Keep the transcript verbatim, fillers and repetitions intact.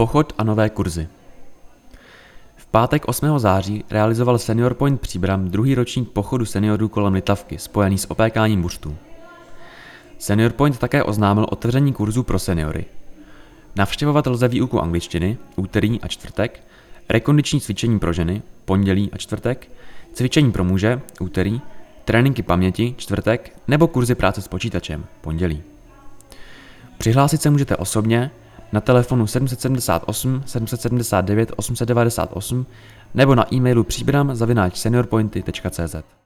Pochod a nové kurzy. V pátek osmého září realizoval Senior Point Příbram druhý ročník pochodu seniorů kolem Litavky, spojený s opékáním buřtů. Senior Point také oznámil otevření kurzů pro seniory. Navštěvovat lze výuku angličtiny, úterý a čtvrtek, rekondiční cvičení pro ženy, pondělí a čtvrtek, cvičení pro muže, úterý, tréninky paměti, čtvrtek, nebo kurzy práce s počítačem, pondělí. Přihlásit se můžete osobně na telefonu sedm sedm osm, sedm sedm devět, osm devět osm nebo na e-mailu příbram zavináč seniorpointy tečka cé zet.